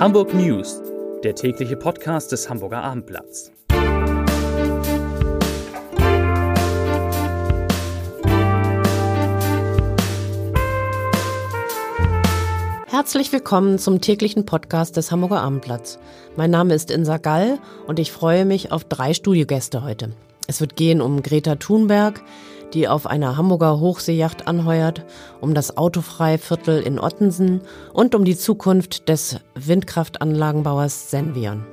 Hamburg News, der tägliche Podcast des Hamburger Abendblatts. Herzlich willkommen zum täglichen Podcast des Hamburger Abendblatts. Mein Name ist Insa Gall und ich freue mich auf 3 Studiogäste heute. Es wird gehen um Greta Thunberg, die auf einer Hamburger Hochseejacht anheuert, um das Autofreiviertel in Ottensen und um die Zukunft des Windkraftanlagenbauers Senvion.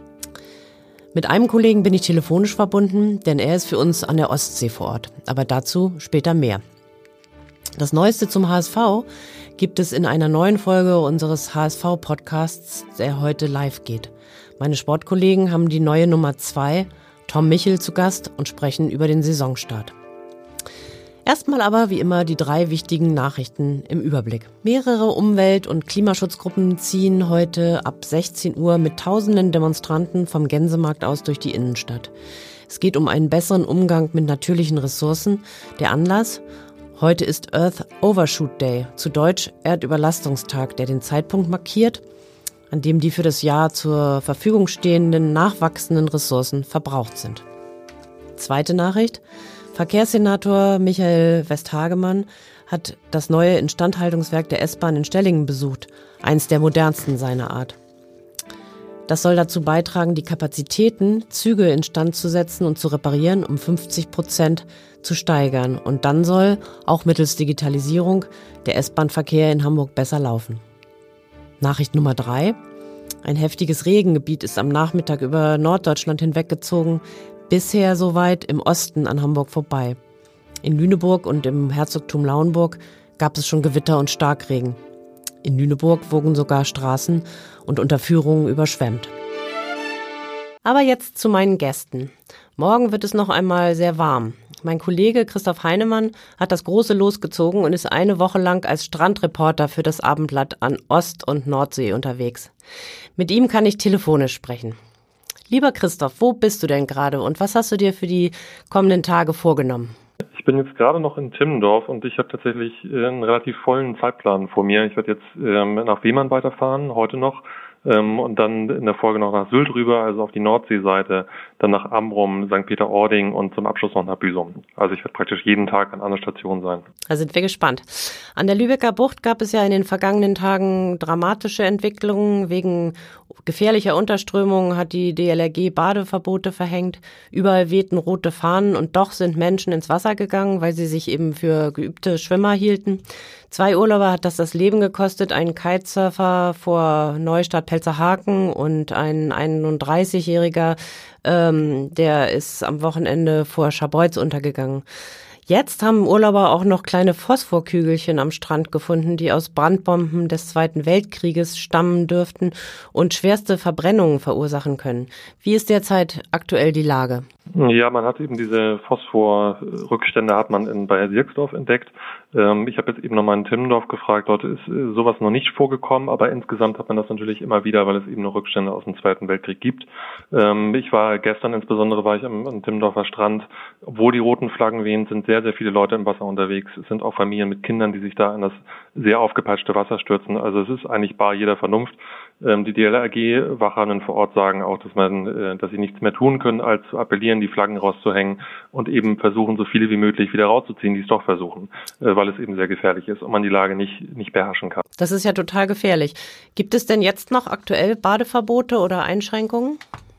Mit einem Kollegen bin ich telefonisch verbunden, denn er ist für uns an der Ostsee vor Ort. Aber dazu später mehr. Das Neueste zum HSV gibt es in einer neuen Folge unseres HSV-Podcasts, der heute live geht. Meine Sportkollegen haben die neue Nummer 2, Tom Michel, zu Gast und sprechen über den Saisonstart. Erstmal aber wie immer die 3 wichtigen Nachrichten im Überblick. Mehrere Umwelt- und Klimaschutzgruppen ziehen heute ab 16 Uhr mit tausenden Demonstranten vom Gänsemarkt aus durch die Innenstadt. Es geht um einen besseren Umgang mit natürlichen Ressourcen. Der Anlass: heute ist Earth Overshoot Day, zu Deutsch Erdüberlastungstag, der den Zeitpunkt markiert, an dem die für das Jahr zur Verfügung stehenden nachwachsenden Ressourcen verbraucht sind. Zweite Nachricht: Verkehrssenator Michael Westhagemann hat das neue Instandhaltungswerk der S-Bahn in Stellingen besucht, eines der modernsten seiner Art. Das soll dazu beitragen, die Kapazitäten, Züge instand zu setzen und zu reparieren, um 50% zu steigern. Und dann soll, auch mittels Digitalisierung, der S-Bahn-Verkehr in Hamburg besser laufen. Nachricht Nummer 3. Ein heftiges Regengebiet ist am Nachmittag über Norddeutschland hinweggezogen, bisher soweit im Osten an Hamburg vorbei. In Lüneburg und im Herzogtum Lauenburg gab es schon Gewitter und Starkregen. In Lüneburg wurden sogar Straßen und Unterführungen überschwemmt. Aber jetzt zu meinen Gästen. Morgen wird es noch einmal sehr warm. Mein Kollege Christoph Heinemann hat das große Los gezogen und ist eine Woche lang als Strandreporter für das Abendblatt an Ost- und Nordsee unterwegs. Mit ihm kann ich telefonisch sprechen. Lieber Christoph, wo bist du denn gerade und was hast du dir für die kommenden Tage vorgenommen? Ich bin jetzt gerade noch in Timmendorf und ich habe tatsächlich einen relativ vollen Zeitplan vor mir. Ich werde jetzt nach Fehmarn weiterfahren, heute noch, und dann in der Folge noch nach Sylt rüber, also auf die Nordseeseite, dann nach Amrum, St. Peter-Ording und zum Abschluss noch nach Büsum. Also ich werde praktisch jeden Tag an einer Station sein. Da sind wir gespannt. An der Lübecker Bucht gab es ja in den vergangenen Tagen dramatische Entwicklungen. Wegen gefährlicher Unterströmungen hat die DLRG Badeverbote verhängt. Überall wehten rote Fahnen und doch sind Menschen ins Wasser gegangen, weil sie sich eben für geübte Schwimmer hielten. 2 Urlauber hat das Leben gekostet, ein Kitesurfer vor Neustadt-Pelzerhaken und ein 31-Jähriger, der ist am Wochenende vor Scharbeutz untergegangen. Jetzt haben Urlauber auch noch kleine Phosphorkügelchen am Strand gefunden, die aus Brandbomben des Zweiten Weltkrieges stammen dürften und schwerste Verbrennungen verursachen können. Wie ist derzeit aktuell die Lage? Ja, man hat eben diese Phosphorrückstände bei Sierksdorf entdeckt. Ich habe jetzt eben nochmal in Timmendorf gefragt, dort ist sowas noch nicht vorgekommen, aber insgesamt hat man das natürlich immer wieder, weil es eben noch Rückstände aus dem Zweiten Weltkrieg gibt. Insbesondere war ich am Timmendorfer Strand. Obwohl die roten Flaggen wehen, sind sehr, sehr viele Leute im Wasser unterwegs. Es sind auch Familien mit Kindern, die sich da in das sehr aufgepeitschte Wasser stürzen. Also es ist eigentlich bar jeder Vernunft. Die DLRG-Wachhabenden vor Ort sagen auch, dass sie nichts mehr tun können, als zu appellieren, die Flaggen rauszuhängen und eben versuchen, so viele wie möglich wieder rauszuziehen, die es doch versuchen, weil es eben sehr gefährlich ist und man die Lage nicht beherrschen kann. Das ist ja total gefährlich. Gibt es denn jetzt noch aktuell Badeverbote oder Einschränkungen?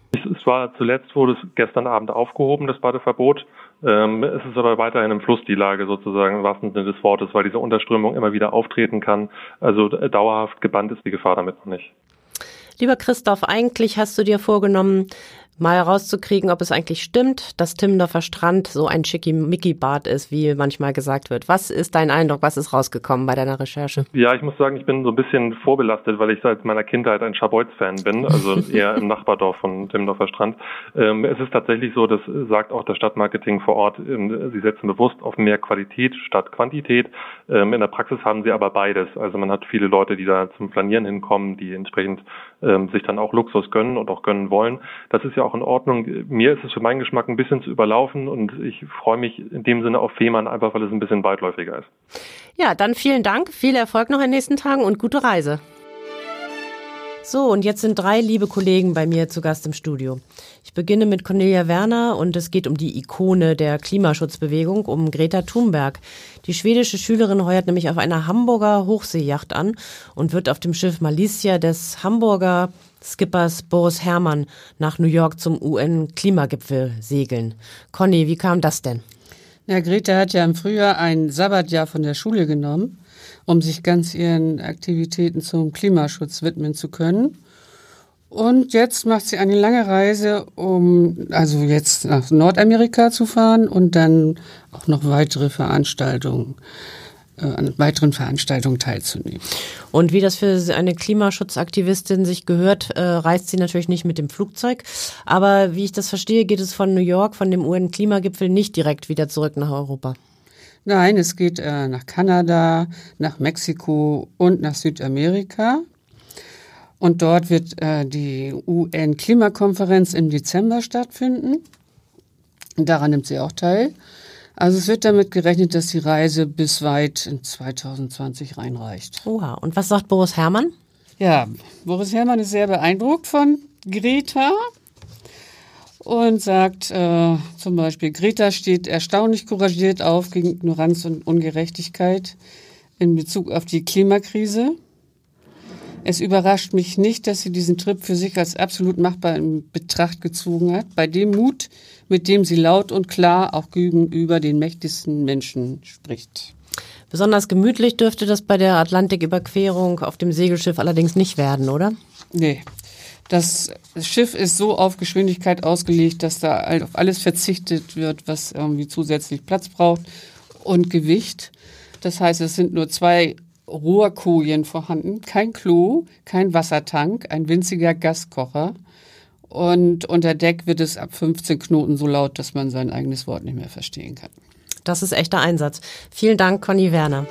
Wurde es gestern Abend aufgehoben, das Badeverbot. Es ist aber weiterhin im Fluss die Lage sozusagen, im wahrsten Sinne des Wortes, weil diese Unterströmung immer wieder auftreten kann. Also dauerhaft gebannt ist die Gefahr damit noch nicht. Lieber Christoph, eigentlich hast du dir vorgenommen, mal herauszukriegen, ob es eigentlich stimmt, dass Timmendorfer Strand so ein Schickimicki-Bad ist, wie manchmal gesagt wird. Was ist dein Eindruck? Was ist rausgekommen bei deiner Recherche? Ja, ich muss sagen, ich bin so ein bisschen vorbelastet, weil ich seit meiner Kindheit ein Scharbeutz-Fan bin, also eher im Nachbardorf von Timmendorfer Strand. Es ist tatsächlich so, das sagt auch das Stadtmarketing vor Ort, sie setzen bewusst auf mehr Qualität statt Quantität. In der Praxis haben sie aber beides. Also man hat viele Leute, die da zum Planieren hinkommen, die entsprechend sich dann auch Luxus gönnen und auch gönnen wollen. Das ist ja auch in Ordnung. Mir ist es für meinen Geschmack ein bisschen zu überlaufen und ich freue mich in dem Sinne auf Fehmarn, einfach weil es ein bisschen weitläufiger ist. Ja, dann vielen Dank, viel Erfolg noch in den nächsten Tagen und gute Reise. So, und jetzt sind 3 liebe Kollegen bei mir zu Gast im Studio. Ich beginne mit Cornelia Werner und es geht um die Ikone der Klimaschutzbewegung, um Greta Thunberg. Die schwedische Schülerin heuert nämlich auf einer Hamburger Hochseejacht an und wird auf dem Schiff Malicia des Hamburger Skippers Boris Herrmann nach New York zum UN-Klimagipfel segeln. Conny, wie kam das denn? Ja, Greta hat ja im Frühjahr ein Sabbatjahr von der Schule genommen, um sich ganz ihren Aktivitäten zum Klimaschutz widmen zu können. Und jetzt macht sie eine lange Reise, um also jetzt nach Nordamerika zu fahren und dann auch noch an weiteren Veranstaltungen teilzunehmen. Und wie das für eine Klimaschutzaktivistin sich gehört, reist sie natürlich nicht mit dem Flugzeug. Aber wie ich das verstehe, geht es von New York, von dem UN-Klimagipfel, nicht direkt wieder zurück nach Europa. Nein, es geht nach Kanada, nach Mexiko und nach Südamerika. Und dort wird die UN-Klimakonferenz im Dezember stattfinden. Und daran nimmt sie auch teil. Also es wird damit gerechnet, dass die Reise bis weit in 2020 reinreicht. Oha, und was sagt Boris Herrmann? Ja, Boris Herrmann ist sehr beeindruckt von Greta und sagt zum Beispiel, Greta steht erstaunlich couragiert auf gegen Ignoranz und Ungerechtigkeit in Bezug auf die Klimakrise. Es überrascht mich nicht, dass sie diesen Trip für sich als absolut machbar in Betracht gezogen hat, bei dem Mut, mit dem sie laut und klar auch gegenüber den mächtigsten Menschen spricht. Besonders gemütlich dürfte das bei der Atlantiküberquerung auf dem Segelschiff allerdings nicht werden, oder? Nee. Das Schiff ist so auf Geschwindigkeit ausgelegt, dass da auf alles verzichtet wird, was irgendwie zusätzlich Platz braucht und Gewicht. Das heißt, es sind nur 2 Rohrkojen vorhanden, kein Klo, kein Wassertank, ein winziger Gaskocher. Und unter Deck wird es ab 15 Knoten so laut, dass man sein eigenes Wort nicht mehr verstehen kann. Das ist echter Einsatz. Vielen Dank, Conny Werner.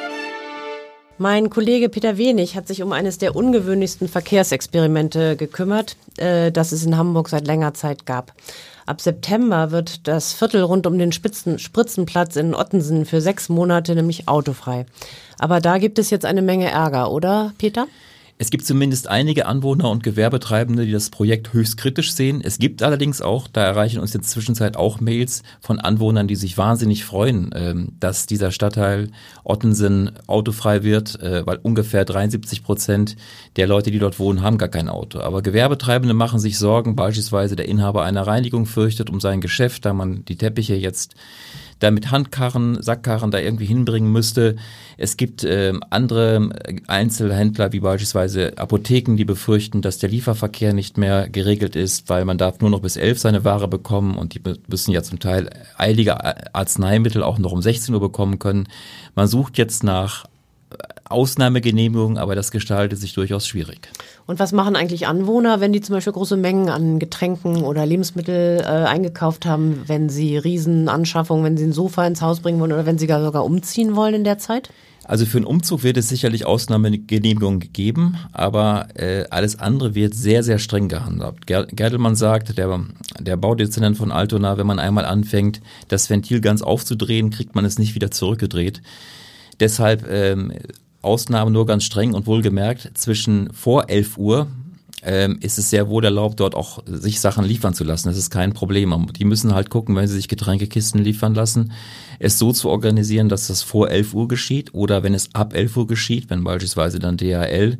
Mein Kollege Peter Wenig hat sich um eines der ungewöhnlichsten Verkehrsexperimente gekümmert, das es in Hamburg seit längerer Zeit gab. Ab September wird das Viertel rund um den Spritzenplatz in Ottensen für 6 Monate nämlich autofrei. Aber da gibt es jetzt eine Menge Ärger, oder Peter? Es gibt zumindest einige Anwohner und Gewerbetreibende, die das Projekt höchst kritisch sehen. Es gibt allerdings auch, da erreichen uns in der Zwischenzeit auch Mails von Anwohnern, die sich wahnsinnig freuen, dass dieser Stadtteil Ottensen autofrei wird, weil ungefähr 73% der Leute, die dort wohnen, haben gar kein Auto. Aber Gewerbetreibende machen sich Sorgen, beispielsweise der Inhaber einer Reinigung fürchtet um sein Geschäft, da man die Teppiche jetzt da mit Handkarren, Sackkarren da irgendwie hinbringen müsste. Es gibt andere Einzelhändler, wie beispielsweise Apotheken, die befürchten, dass der Lieferverkehr nicht mehr geregelt ist, weil man darf nur noch bis 11 seine Ware bekommen und die müssen ja zum Teil eilige Arzneimittel auch noch um 16 Uhr bekommen können. Man sucht jetzt nach Ausnahmegenehmigung, aber das gestaltet sich durchaus schwierig. Und was machen eigentlich Anwohner, wenn die zum Beispiel große Mengen an Getränken oder Lebensmittel eingekauft haben, wenn sie Riesenanschaffungen, wenn sie ein Sofa ins Haus bringen wollen oder wenn sie sogar umziehen wollen in der Zeit? Also für einen Umzug wird es sicherlich Ausnahmegenehmigungen geben, aber alles andere wird sehr, sehr streng gehandhabt. Gerdelmann sagt, der Baudezernent von Altona, wenn man einmal anfängt, das Ventil ganz aufzudrehen, kriegt man es nicht wieder zurückgedreht. Deshalb Ausnahmen nur ganz streng und wohlgemerkt, zwischen vor 11 Uhr ist es sehr wohl erlaubt, dort auch sich Sachen liefern zu lassen. Das ist kein Problem. Die müssen halt gucken, wenn sie sich Getränkekisten liefern lassen, es so zu organisieren, dass das vor 11 Uhr geschieht oder wenn es ab 11 Uhr geschieht, wenn beispielsweise dann DHL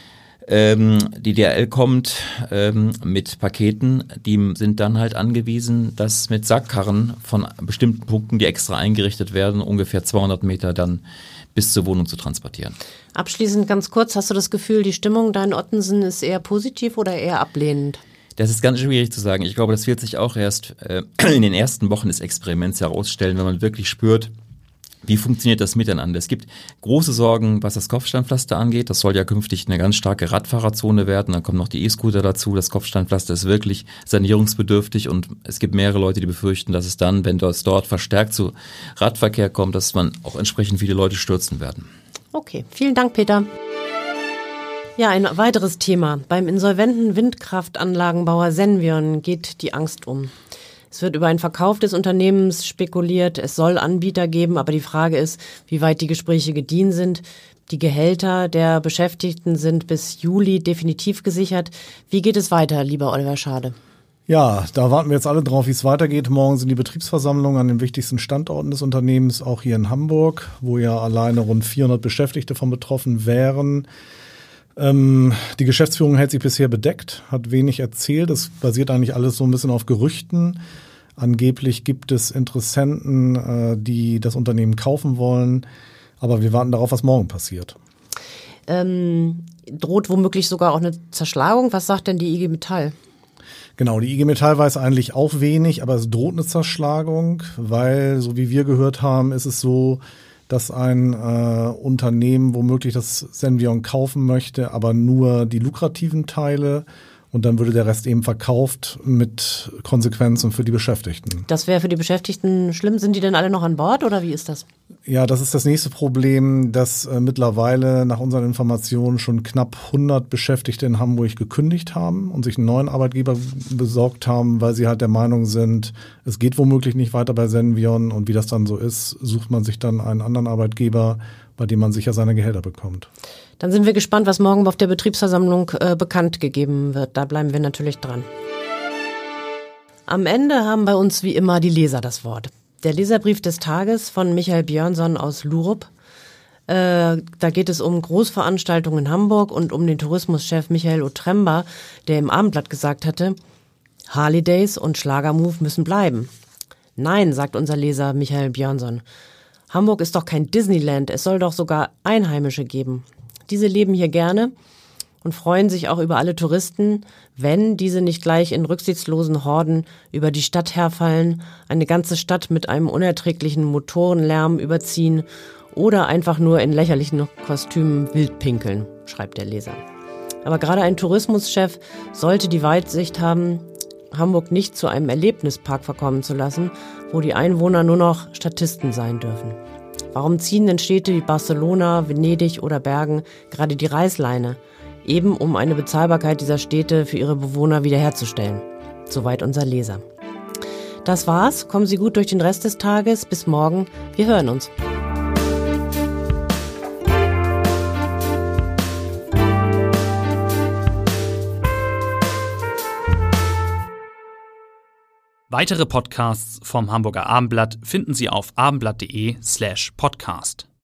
die DHL kommt mit Paketen, die sind dann halt angewiesen, dass mit Sackkarren von bestimmten Punkten, die extra eingerichtet werden, ungefähr 200 Meter dann bis zur Wohnung zu transportieren. Abschließend ganz kurz, hast du das Gefühl, die Stimmung da in Ottensen ist eher positiv oder eher ablehnend? Das ist ganz schwierig zu sagen. Ich glaube, das wird sich auch erst in den ersten Wochen des Experiments herausstellen, wenn man wirklich spürt, wie funktioniert das miteinander? Es gibt große Sorgen, was das Kopfsteinpflaster angeht. Das soll ja künftig eine ganz starke Radfahrerzone werden. Dann kommen noch die E-Scooter dazu. Das Kopfsteinpflaster ist wirklich sanierungsbedürftig und es gibt mehrere Leute, die befürchten, dass es dann, wenn das dort verstärkt zu Radverkehr kommt, dass man auch entsprechend viele Leute stürzen werden. Okay, vielen Dank, Peter. Ja, ein weiteres Thema. Beim insolventen Windkraftanlagenbauer Senvion geht die Angst um. Es wird über einen Verkauf des Unternehmens spekuliert. Es soll Anbieter geben, aber die Frage ist, wie weit die Gespräche gediehen sind. Die Gehälter der Beschäftigten sind bis Juli definitiv gesichert. Wie geht es weiter, lieber Oliver Schade? Ja, da warten wir jetzt alle drauf, wie es weitergeht. Morgen sind die Betriebsversammlungen an den wichtigsten Standorten des Unternehmens, auch hier in Hamburg, wo ja alleine rund 400 Beschäftigte von betroffen wären. Die Geschäftsführung hält sich bisher bedeckt, hat wenig erzählt. Es basiert eigentlich alles so ein bisschen auf Gerüchten. Angeblich gibt es Interessenten, die das Unternehmen kaufen wollen. Aber wir warten darauf, was morgen passiert. Droht womöglich sogar auch eine Zerschlagung? Was sagt denn die IG Metall? Genau, die IG Metall weiß eigentlich auch wenig, aber es droht eine Zerschlagung, weil, so wie wir gehört haben, ist es so, dass ein Unternehmen womöglich das Senvion kaufen möchte, aber nur die lukrativen Teile, und dann würde der Rest eben verkauft mit Konsequenzen für die Beschäftigten. Das wäre für die Beschäftigten schlimm. Sind die denn alle noch an Bord oder wie ist das? Ja, das ist das nächste Problem, dass mittlerweile nach unseren Informationen schon knapp 100 Beschäftigte in Hamburg gekündigt haben und sich einen neuen Arbeitgeber besorgt haben, weil sie halt der Meinung sind, es geht womöglich nicht weiter bei Senvion, und wie das dann so ist, sucht man sich dann einen anderen Arbeitgeber, bei dem man sicher seine Gehälter bekommt. Dann sind wir gespannt, was morgen auf der Betriebsversammlung bekannt gegeben wird. Da bleiben wir natürlich dran. Am Ende haben bei uns wie immer die Leser das Wort. Der Leserbrief des Tages von Michael Björnsson aus Lurup. Da geht es um Großveranstaltungen in Hamburg und um den Tourismuschef Michael Otremba, der im Abendblatt gesagt hatte, Harley-Days und Schlagermove müssen bleiben. Nein, sagt unser Leser Michael Björnsson. Hamburg ist doch kein Disneyland, es soll doch sogar Einheimische geben. Diese leben hier gerne und freuen sich auch über alle Touristen, wenn diese nicht gleich in rücksichtslosen Horden über die Stadt herfallen, eine ganze Stadt mit einem unerträglichen Motorenlärm überziehen oder einfach nur in lächerlichen Kostümen wild pinkeln, schreibt der Leser. Aber gerade ein Tourismuschef sollte die Weitsicht haben, Hamburg nicht zu einem Erlebnispark verkommen zu lassen, wo die Einwohner nur noch Statisten sein dürfen. Warum ziehen denn Städte wie Barcelona, Venedig oder Bergen gerade die Reißleine? Eben um eine Bezahlbarkeit dieser Städte für ihre Bewohner wiederherzustellen. Soweit unser Leser. Das war's. Kommen Sie gut durch den Rest des Tages. Bis morgen. Wir hören uns. Weitere Podcasts vom Hamburger Abendblatt finden Sie auf abendblatt.de/podcast.